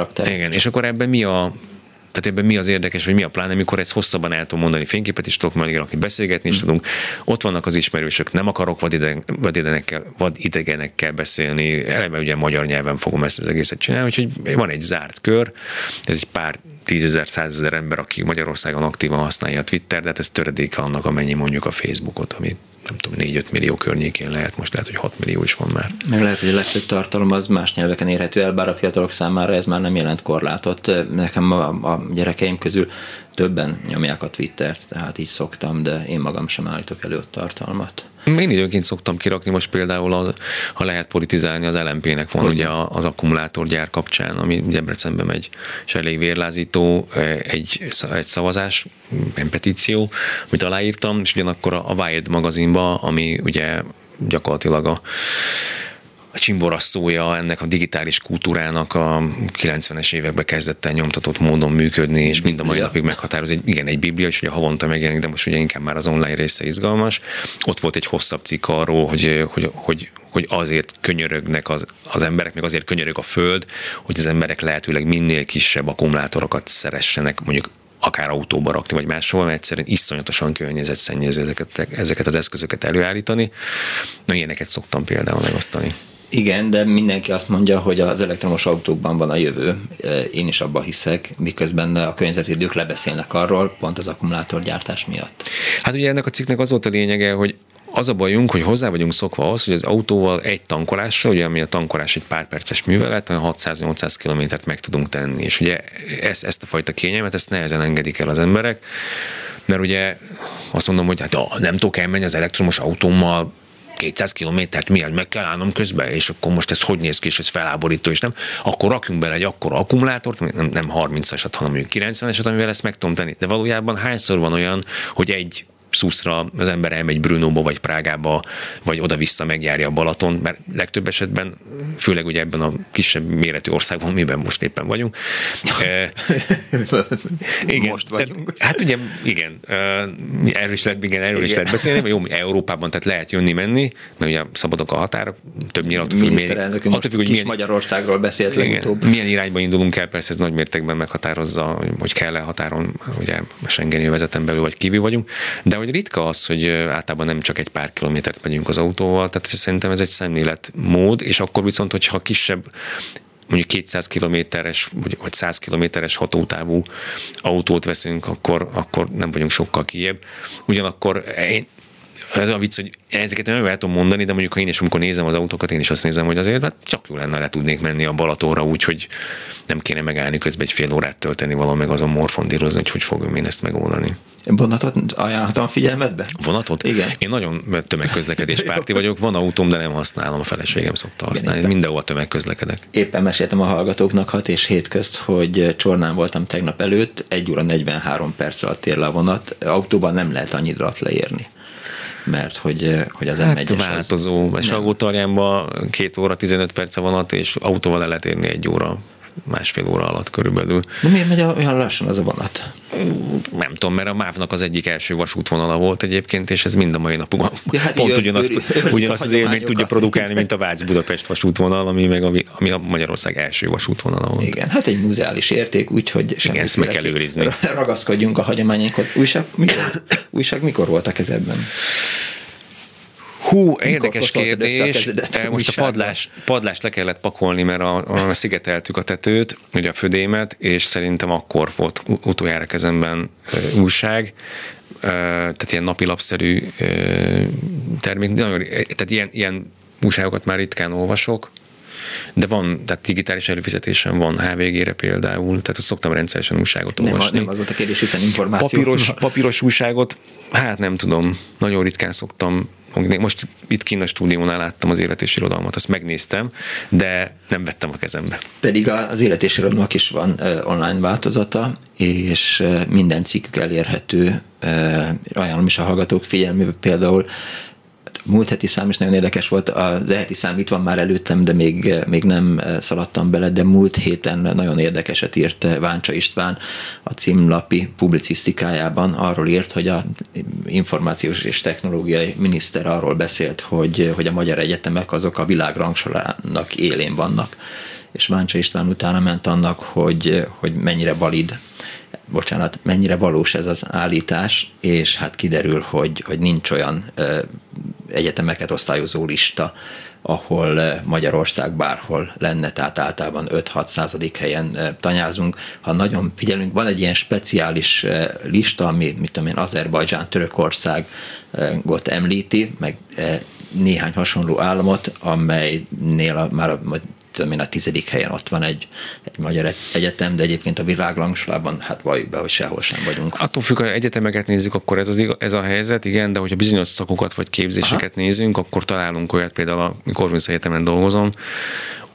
ebben mi az érdekes, vagy mi a plán, amikor ezt hosszabban el tudom mondani, fényképet is tudok majd rakni, beszélgetni is tudunk. Ott vannak az ismerősök, nem akarok vadidegenekkel beszélni, eleve ugye magyar nyelven fogom ezt az egészet csinálni, úgyhogy van egy zárt kör, ez egy pár 10.000-100.000 ember, aki Magyarországon aktívan használja a Twitter, de hát ez töredéke annak, amennyi mondjuk a Facebookot, ami nem tudom, 4-5 millió környékén lehet, most lehet, hogy 6 millió is van már. Meg lehet, hogy a legtöbb tartalom az más nyelveken érhető el, bár a fiatalok számára ez már nem jelent korlátot. Nekem a gyerekeim közül többen nyomják a Twittert, tehát így szoktam, de én magam sem állítok elő ott tartalmat. Én időnként szoktam kirakni, most például, ha lehet politizálni, az LMP-nek van ugye az akkumulátorgyár kapcsán, ami Debrecenbe megy, és elég vérlázító egy szavazás, egy petíció, amit aláírtam, és ugyanakkor a Wired magazinba, ami ugye gyakorlatilag csimborasztója ennek a digitális kultúrának a 90-es években kezdett el nyomtatott módon működni, és mind a mai napig meghatároz. Egy biblia, és ugye havonta megjelenik, de most ugye inkább már az online része izgalmas. Ott volt egy hosszabb cikk arról, hogy azért könyörögnek az emberek, meg azért könyörög a Föld, hogy az emberek lehetőleg minél kisebb akkumulátorokat szeressenek, mondjuk akár autóba rakni, vagy máshol, mert egyszerűen iszonyatosan környezetszennyező ezeket az eszközöket előállítani. Na, ilyeneket szoktam például megosztani. Igen, de mindenki azt mondja, hogy az elektromos autókban van a jövő. Én is abban hiszek, miközben a környezetvédők lebeszélnek arról, pont az akkumulátorgyártás miatt. Hát ugye ennek a cikknek az volt a lényege, hogy az a bajunk, hogy hozzá vagyunk szokva ahhoz, hogy az autóval egy tankolásra, ugye ami a tankolás egy pár perces művelet, 600-800 kilométert meg tudunk tenni. És ugye ezt a fajta kényelmet, ezt nehezen engedik el az emberek, mert ugye azt mondom, hogy hát nem tudok elmenni az elektromos autómmal 200 kilométert, miért meg kell állnom közben, és akkor most ez hogy néz ki, és ez feláborító, és nem, akkor rakjunk bele egy akkora akkumulátort, nem 30-asat, hanem 90-eset, amivel ezt meg tudom tenni. De valójában hányszor van olyan, hogy egy szuszra az ember elmegy Brnóba, vagy Prágába, vagy oda-vissza megjárja a Balaton, mert legtöbb esetben, főleg ugye ebben a kisebb méretű országban, miben most éppen vagyunk. Igen, most vagyunk. Hát ugye, igen, erről is lehet beszélni, vagy jó, Európában tehát lehet jönni-menni, mert ugye szabadok a határok, többnyire attól függ, miniszterelnök most kis Magyarországról beszélt legutóbb. Milyen irányba indulunk el, persze ez nagy mértékben meghatározza, hogy kell-e határon, ugye a Schengeni övezeten belül vagy kívül vagyunk, de hogy ritka az, hogy általában nem csak egy pár kilométert megyünk az autóval, tehát szerintem ez egy szemléletmód, és akkor viszont, hogyha kisebb, mondjuk 200 kilométeres vagy 100 kilométeres hatótávú autót veszünk, akkor nem vagyunk sokkal kijebb. Ugyanakkor ez a vicc, hogy ezeket nem el tudom mondani, de mondjuk ha én is, amikor nézem az autókat, én is azt nézem, hogy azért csak jó lenne, le tudnék menni a Balatonra úgy, hogy nem kéne megállni közben egy fél órát tölteni valami, meg azon morfondírozni, hogy fogom én ezt megoldani. Vonatot ajánlhatom figyelmetbe? Vonatot? Igen. Én nagyon tömegközlekedéspárti vagyok, van autóm, de nem használom, a feleségem szokta használni. Mindenhol tömegközlekedek. Éppen meséltem a hallgatóknak 6 és 7 közt, hogy Csornán voltam tegnap előtt, 1 óra 43 perc alatt ér le a vonat, autóban nem lehet annyi alatt leérni. Mert hogy az M1-es változó. Salgótarjánban 2 óra 15 perc a vonat, és autóval el lehet érni 1 óra, másfél óra alatt körülbelül. De miért megy olyan lassan az a vonat? Nem tudom, mert a MÁV-nak az egyik első vasútvonala volt egyébként, és ez mind a mai napig pont ugyanazt az élményt tudja produkálni, mint a Vác-Budapest vasútvonal, ami a Magyarország első vasútvonala volt. Igen, hát egy muzeális érték, úgyhogy igen, ezt meg kell őrizni. Ragaszkodjunk a hagyományainkhoz. Újság mikor volt a kezedben? Érdekes kérdés. Most a padlást le kellett pakolni, mert szigeteltük a tetőt, ugye a födémet, és szerintem akkor volt utoljára kezemben újság, tehát ilyen napilapszerű termék. Tehát ilyen újságokat már ritkán olvasok, de van, tehát digitális előfizetésen van HVG-re például, tehát ott szoktam rendszeresen újságot olvasni. Nem az volt a kérdés, hiszen információ. Papíros újságot, hát nem tudom, nagyon ritkán szoktam. Most itt kint a stúdiónál láttam az Élet és Irodalmat, azt megnéztem, de nem vettem a kezembe. Pedig az Élet és Irodalmak is van online változata, és minden cikkük elérhető. Ajánlom is a hallgatók figyelmébe például. A múlt heti szám is nagyon érdekes volt, az heti szám itt van már előttem, de még nem szaladtam bele, de múlt héten nagyon érdekeset írt Váncsa István a címlapi publicisztikájában. Arról írt, hogy a információs és technológiai miniszter arról beszélt, hogy a magyar egyetemek azok a világ rangsorának élén vannak. És Váncsa István utána ment annak, hogy mennyire mennyire valós ez az állítás, és hát kiderül, hogy nincs olyan egyetemeket osztályozó lista, ahol Magyarország bárhol lenne, tehát általában 5-6 helyen tanyázunk. Ha nagyon figyelünk, van egy ilyen speciális lista, ami, mit tudom én, Azerbajdzsán, Törökországot említi, meg néhány hasonló államot, amelynél már a 10. helyen ott van egy magyar egyetem, de egyébként a világrangsorában, hát valljuk be, hogy sehol sem vagyunk. Attól függ, ha egyetemeket nézzük, akkor ez a helyzet, igen, de hogyha bizonyos szakokat vagy képzéseket nézünk, akkor találunk olyat, például a Corvinus Egyetemen dolgozom,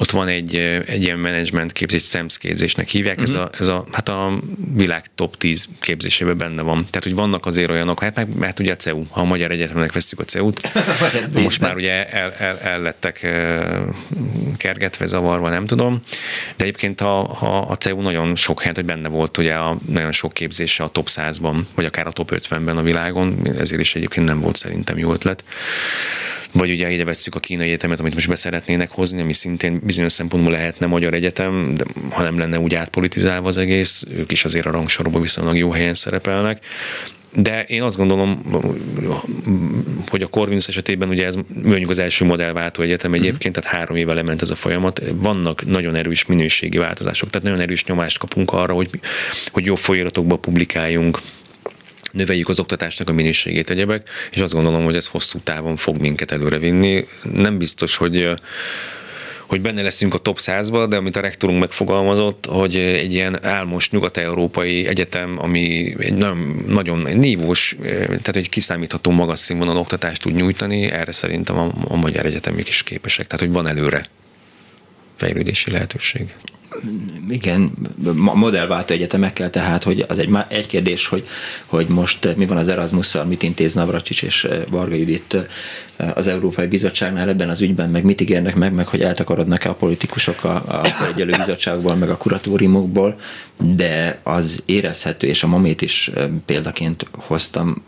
ott van egy ilyen menedzsment képzés, SEMS képzésnek hívják, ez a világ top 10 képzésében benne van. Tehát, hogy vannak azért olyanok, mert ugye a CEU, ha a Magyar Egyetemnek vesztük a CEU-t, most már ugye el lettek kergetve, zavarva, nem tudom, de egyébként a CEU nagyon sok helyet, hogy benne volt ugye nagyon sok képzése a top 100-ban, vagy akár a top 50-ben a világon, ezért is egyébként nem volt szerintem jó ötlet. Vagy ugye ide vesszük a kínai egyetemet, amit most beszeretnének hozni, ami szintén bizonyos szempontból lehetne magyar egyetem, de ha nem lenne úgy átpolitizálva az egész, ők is azért a rangsorban viszonylag jó helyen szerepelnek. De én azt gondolom, hogy a Corvinus esetében ugye ez mondjuk az első modellváltó egyetem egyébként, tehát 3 éve lement ez a folyamat, vannak nagyon erős minőségi változások, tehát nagyon erős nyomást kapunk arra, hogy jobb folyóiratokba publikáljunk, növeljük az oktatásnak a minőségét, egyebek, és azt gondolom, hogy ez hosszú távon fog minket előrevinni. Nem biztos, hogy benne leszünk a top 100-ba, de amit a rektorunk megfogalmazott, hogy egy ilyen álmos nyugat-európai egyetem, ami egy nagyon nívós, tehát egy kiszámítható magas színvonalú oktatást tud nyújtani, erre szerintem a magyar egyetemek is képesek, tehát hogy van előre fejlődési lehetőség. Igen, modellváltó egyetemekkel, tehát hogy az egy kérdés, hogy most mi van az Erasmusszal, mit intéz Navracsics és Varga Judit az Európai Bizottságnál ebben az ügyben, meg mit ígérnek meg hogy eltakarodnak-e a politikusok a felügyelő bizottságból, meg a kuratóriumokból, de az érezhető, és a mamét is példaként hoztam,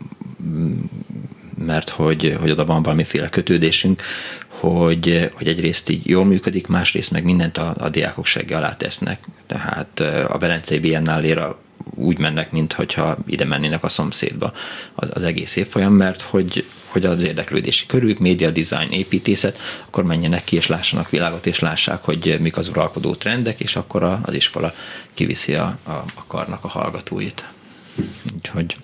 mert hogy oda van valamiféle kötődésünk, hogy egyrészt így jól működik, másrészt meg mindent a diákok segge alá tesznek. Tehát a Velencei Biennáléra úgy mennek, mintha ide mennének a szomszédba az egész évfolyam, mert hogy az érdeklődési körük, média, design, építészet, akkor menjenek ki és lássanak világot, és lássák, hogy mik az uralkodó trendek, és akkor az iskola kiviszi a karnak a hallgatóit. Úgyhogy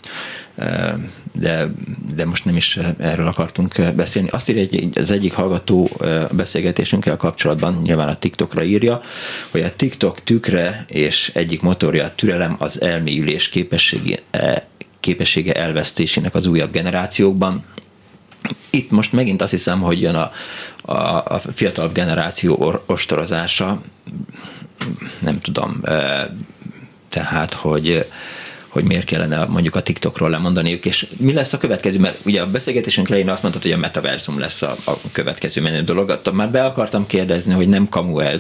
de most nem is erről akartunk beszélni. Azt írja az egyik hallgató beszélgetésünkkel kapcsolatban, nyilván a TikTokra írja, hogy a TikTok tükre és egyik motorja a türelem az elmélyülés képessége elvesztésének az újabb generációkban. Itt most megint azt hiszem, hogy jön a fiatalabb generáció ostorozása, nem tudom, tehát, hogy miért kellene mondjuk a TikTokról lemondaniuk, és mi lesz a következő, mert ugye a beszélgetésünk elején azt mondtad, hogy a metaverzum lesz a következő menő dolog. Már be akartam kérdezni, hogy nem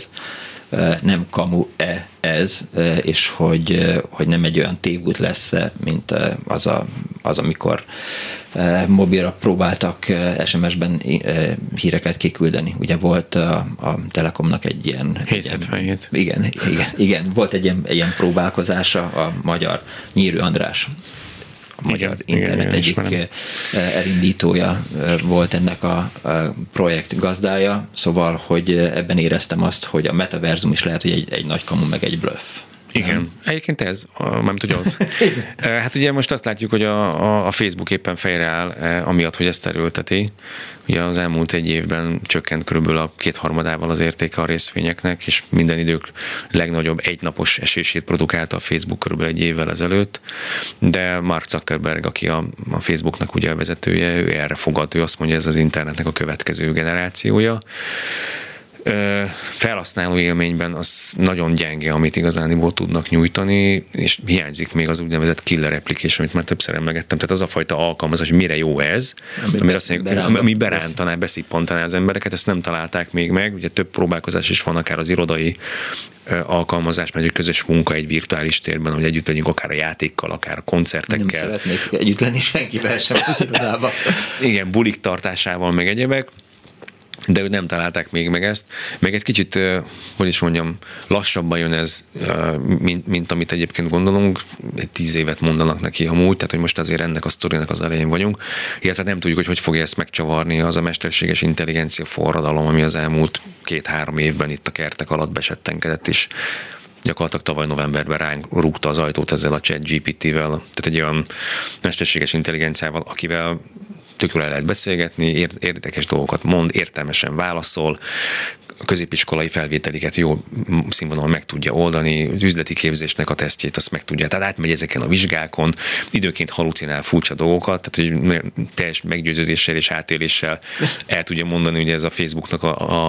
kamu-e ez, és hogy nem egy olyan tévút lesz, mint az amikor mobilra próbáltak SMS-ben híreket kiküldeni. Ugye volt a Telekomnak egy ilyen... 777. Igen, volt egy ilyen próbálkozása, a magyar Nyírő András, a magyar internet egyik elindítója volt ennek a projekt gazdája, szóval, hogy ebben éreztem azt, hogy a metaverzum is lehet, hogy egy nagy kamu, meg egy bluff. Igen, egyébként ez, nem tudja az. Hát ugye most azt látjuk, hogy a Facebook éppen fejreáll, amiatt, hogy ezt erőlteti. Ugye az elmúlt 1 évben csökkent körülbelül a 2/3 az értéke a részvényeknek, és minden idők legnagyobb egynapos esését produkálta a Facebook körülbelül 1 évvel ezelőtt, de Mark Zuckerberg, aki a Facebooknak ugye a vezetője, ő erre fogad, ő azt mondja, ez az internetnek a következő generációja. Felhasználó élményben az nagyon gyenge, amit igazániból tudnak nyújtani, és hiányzik még az úgynevezett killer application, amit már többször emlegettem. Tehát az a fajta alkalmazás, hogy mire jó ez, ami berántaná, beszippantaná az embereket, ezt nem találták még meg. Ugye több próbálkozás is van, akár az irodai alkalmazás, mert egy közös munka egy virtuális térben, hogy együtt legyünk akár a játékkal, akár a koncertekkel. Nem szeretnék együtt lenni senkivel sem az irodában. Igen, bulik tartásával, meg egyebek. De ők nem találták még meg ezt. Meg egy kicsit, hogy is mondjam, lassabban jön ez, mint amit egyébként gondolunk. 10 évet mondanak neki amúgy, tehát hogy most azért ennek a sztorinak az elején vagyunk. Illetve nem tudjuk, hogy fogja ezt megcsavarni az a mesterséges intelligencia forradalom, ami az elmúlt 2-3 évben itt a kertek alatt besettenkedett is. Gyakorlatilag tavaly novemberben ránk rúgta az ajtót ezzel a ChatGPT-vel. Tehát egy olyan mesterséges intelligenciával, akivel tök jól el lehet beszélgetni, érdekes dolgokat mond, értelmesen válaszol, középiskolai felvételiket jó színvonalon meg tudja oldani, az üzleti képzésnek a tesztjét azt meg tudja. Tehát átmegy ezeken a vizsgákon, időnként halucinál furcsa dolgokat, tehát hogy teljes meggyőződéssel és átéléssel el tudja mondani, hogy ez a Facebooknak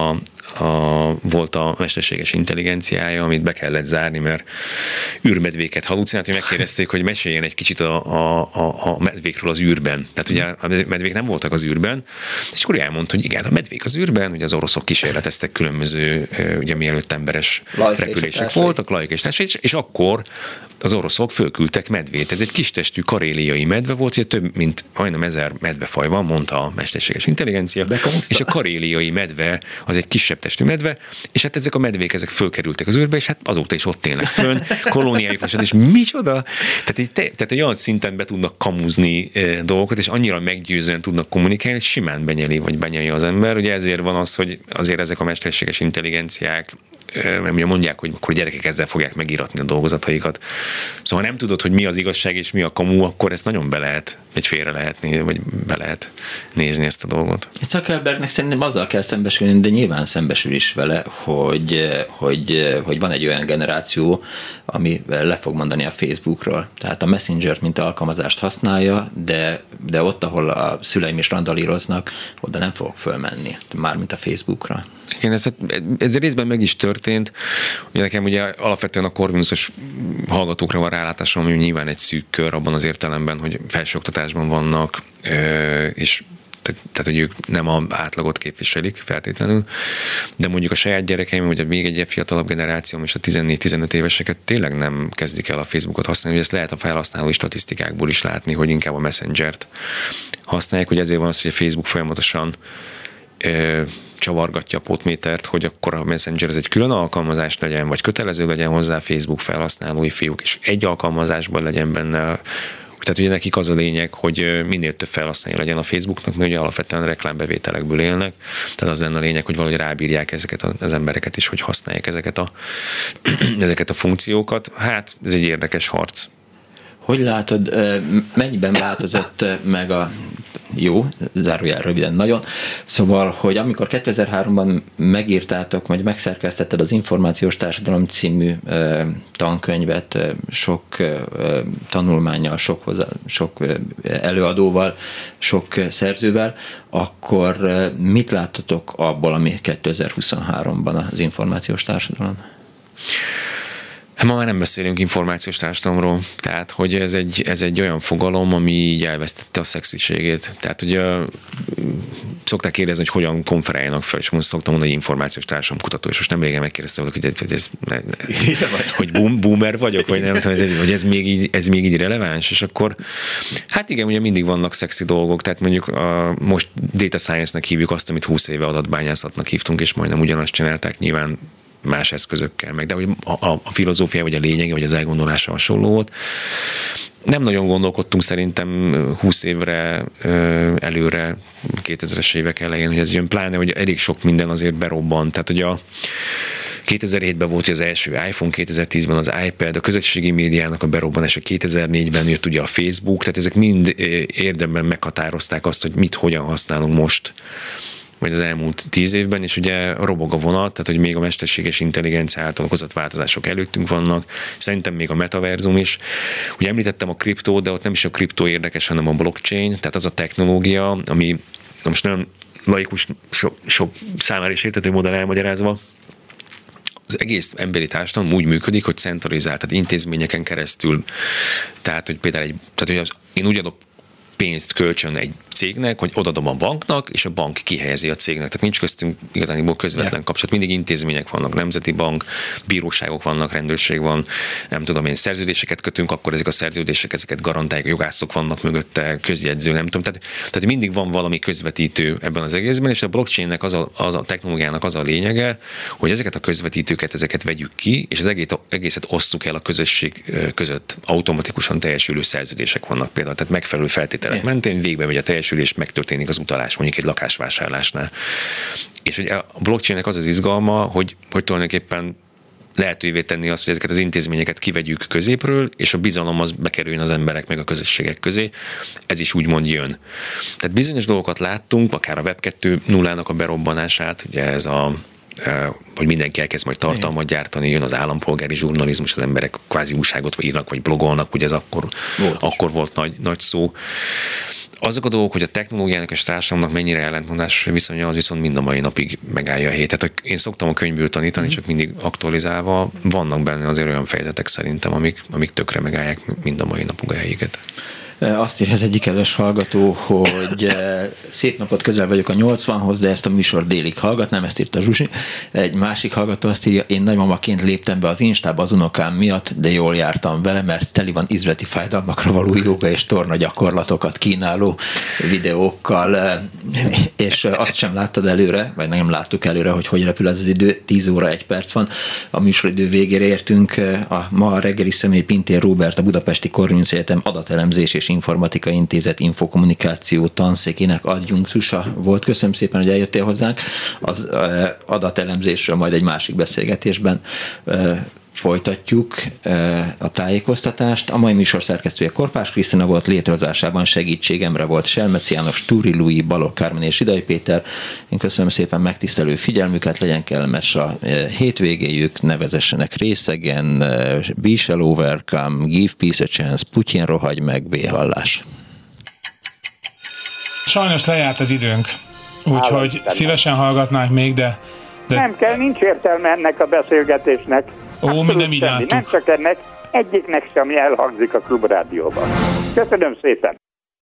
volt a mesterséges intelligenciája, amit be kellett zárni, mert űrmedvéket halucinált, hogy megkérdezték, hogy meséljen egy kicsit a medvékről az űrben. Tehát ugye a medvék nem voltak az űrben, és akkor elmondta, hogy igen, a medvék az űrben, hogy az oroszok kísérleteztek különböző, ugye mielőtt emberes repülések voltak, Laika és társai, és akkor az oroszok fölküldtek medvét. Ez egy kistestű karéliai medve volt, ugye több mint majdnem 1000 medvefaj van, mondta a mesterséges intelligencia, és a karéliai medve az egy kisebb testű medve, és hát ezek a medvék fölkerültek az űrbe, és hát azóta is ott élnek fönn, kolóniájuk van, és micsoda? Tehát egy olyan szinten be tudnak kamuzni dolgokat, és annyira meggyőzően tudnak kommunikálni, hogy simán benyeli az ember. Ugye ezért van az, hogy azért ezek a mesterséges intelligenciák mondják, hogy akkor a gyerekek ezzel fogják megíratni a dolgozataikat. Szóval nem tudod, hogy mi az igazság és mi a kamu, akkor ezt nagyon félre lehet nézni, vagy be lehet nézni ezt a dolgot. Zuckerbergnek szerintem azzal kell szembesülni, de nyilván szembesül is vele, hogy van egy olyan generáció, ami le fog mondani a Facebookról. Tehát a Messenger-t, mint alkalmazást használja, de ott, ahol a szüleim is randalíroznak, oda nem fogok fölmenni, mármint a Facebookra. Igen, ez részben meg is történt. Ugye nekem ugye alapvetően a Corvinusos hallgatókra van rálátásom, ami nyilván egy szűk kör abban az értelemben, hogy felsőoktatásban vannak, és tehát, hogy ők nem az átlagot képviselik feltétlenül, de mondjuk a saját gyerekeim, vagy a még egy fiatalabb generációm és a 14-15 éveseket tényleg nem kezdik el a Facebookot használni, hogy ezt lehet a felhasználói statisztikákból is látni, hogy inkább a Messengert használják, hogy ezért van az, hogy a Facebook folyamatosan csavargatja a potmétert, hogy akkor a Messenger ez egy külön alkalmazás legyen, vagy kötelező legyen hozzá Facebook felhasználói fiúk, és egy alkalmazásban legyen benne. Tehát ugye nekik az a lényeg, hogy minél több felhasználja legyen a Facebooknak, mert ugye alapvetően reklámbevételekből élnek, tehát az lenne a lényeg, hogy valahogy rábírják ezeket az embereket is, hogy használják ezeket a funkciókat. Hát ez egy érdekes harc. Hogy látod, mennyiben változott meg jó, zárójel röviden nagyon, szóval, hogy amikor 2003-ban megírtátok, vagy megszerkesztetted az Információs Társadalom című tankönyvet sok tanulmánnyal, sok előadóval, sok szerzővel, akkor mit láttatok abból, ami 2023-ban az Információs Társadalom? Ma már nem beszélünk információs társadalomról, tehát hogy ez egy olyan fogalom, ami így elvesztette a szexiségét. Tehát ugye szokták kérdezni, hogy hogyan konferáljanak fel, és most szoktam mondani, hogy információs társadalomkutató, és most nem régen megkérdeztem, hogy boomer vagyok, vagy nem tudom, hogy ez még így releváns, és akkor hát igen, ugye mindig vannak szexi dolgok, tehát mondjuk most data science-nek hívjuk azt, amit 20 éve adatbányászatnak hívtunk, és majdnem ugyanazt csinálták, nyilván más eszközökkel meg, de hogy a filozófia, vagy a lényege, vagy az elgondolása hasonló volt. Nem nagyon gondolkodtunk szerintem 20 évre előre, 2000-es évek elején, hogy ez jön, pláne, hogy elég sok minden azért berobbant. Tehát, hogy a 2007-ben volt az első iPhone, 2010-ben az iPad, a közösségi médiának a berobbanása 2004-ben jött ugye a Facebook, tehát ezek mind érdemben meghatározták azt, hogy mit, hogyan használunk most, vagy az elmúlt 10 évben, és ugye robog a vonat, tehát hogy még a mesterséges intelligencia által okozott változások előttünk vannak, szerintem még a metaverzum is. Ugye említettem a kriptót, de ott nem is a kriptó érdekes, hanem a blockchain, tehát az a technológia, ami most nem laikus sok számára is érthető módon elmagyarázva, az egész emberi társadalom úgy működik, hogy centralizált, tehát intézményeken keresztül, tehát hogy például én úgy adok pénzt kölcsön egy cégnek, hogy odadom a banknak, és a bank kihelyezi a cégnek. Tehát nincs köztünk igazán közvetlen kapcsolat. Mindig intézmények vannak, nemzeti bank, bíróságok vannak, rendőrség van, nem tudom én, szerződéseket kötünk, akkor ezek a szerződések, ezeket garantálják, jogászok vannak mögötte, közjegyző, nem tudom. Tehát mindig van valami közvetítő ebben az egészben, és a blockchainnek az a technológiának az a lényege, hogy ezeket a közvetítőket, ezeket vegyük ki, és az egészet osszuk el a közösség között. Automatikusan teljesülő szerződések vannak például, tehát megfelelő feltételek mentén végbe megy a teljesülés, megtörténik az utalás, mondjuk egy lakásvásárlásnál. És ugye a blockchainnek az izgalma, hogy tulajdonképpen lehetővé tenni azt, hogy ezeket az intézményeket kivegyük középről, és a bizalom az bekerüljön az emberek meg a közösségek közé. Ez is úgymond jön. Tehát bizonyos dolgokat láttunk, akár a Web 2.0-nak a berobbanását, ugye ez a hogy mindenki elkezd majd tartalmat gyártani, jön az állampolgári zsurnalizmus, az emberek kvázi újságot írnak, vagy blogolnak, ugye ez akkor volt nagy szó. Azok a dolgok, hogy a technológiának és társadalomnak mennyire ellentmondásos viszonya, az viszont mind a mai napig megállja a helyét. Tehát én szoktam a könyvből tanítani, csak mindig aktualizálva, vannak benne azért olyan fejezetek szerintem, amik tökre megállják mind a mai napig a helyüket. Azt írja az egyik kedves hallgató, hogy szép napot, közel vagyok a 80-hoz, de ezt a műsor délig hallgatnám, ezt írta Zsuzsi. Egy másik hallgató azt írja, én nagymamaként léptem be az Instába az unokám miatt, de jól jártam vele, mert teli van izleti fájdalmakra való jóga és torna gyakorlatokat kínáló videókkal, és azt sem láttad előre, vagy nem láttuk előre, hogy repül ez az idő, 10 óra 1 perc van, a műsoridő végére értünk. Ma a reggeli személy Pintér Róbert, a Budapesti Corvinus Egyetem Adatelemzés és Informatikai Intézet infokommunikáció tanszékének adjunktusa volt. Köszönöm szépen, hogy eljöttél hozzánk. Az adatelemzésről majd egy másik beszélgetésben folytatjuk a tájékoztatást. A mai műsor szerkesztője Korpás Krisztina volt, létrehozásában segítségemre volt Selmec János, Túri Lui, Balogh Kármen és Sidai Péter. Én köszönöm szépen megtisztelő figyelmüket, legyen kellemes a hétvégéjük, ne vezessenek részegen, be shall overcome, give peace a chance, Putyin rohagy meg, véhallás. Sajnos lejárt az időnk, úgyhogy szívesen hallgatnánk még, de... Nem kell, nincs értelme ennek a beszélgetésnek. Ó, mi nem így láttuk. Nem csak ennek, egyiknek sem elhangzik a Klubrádióban. Köszönöm szépen!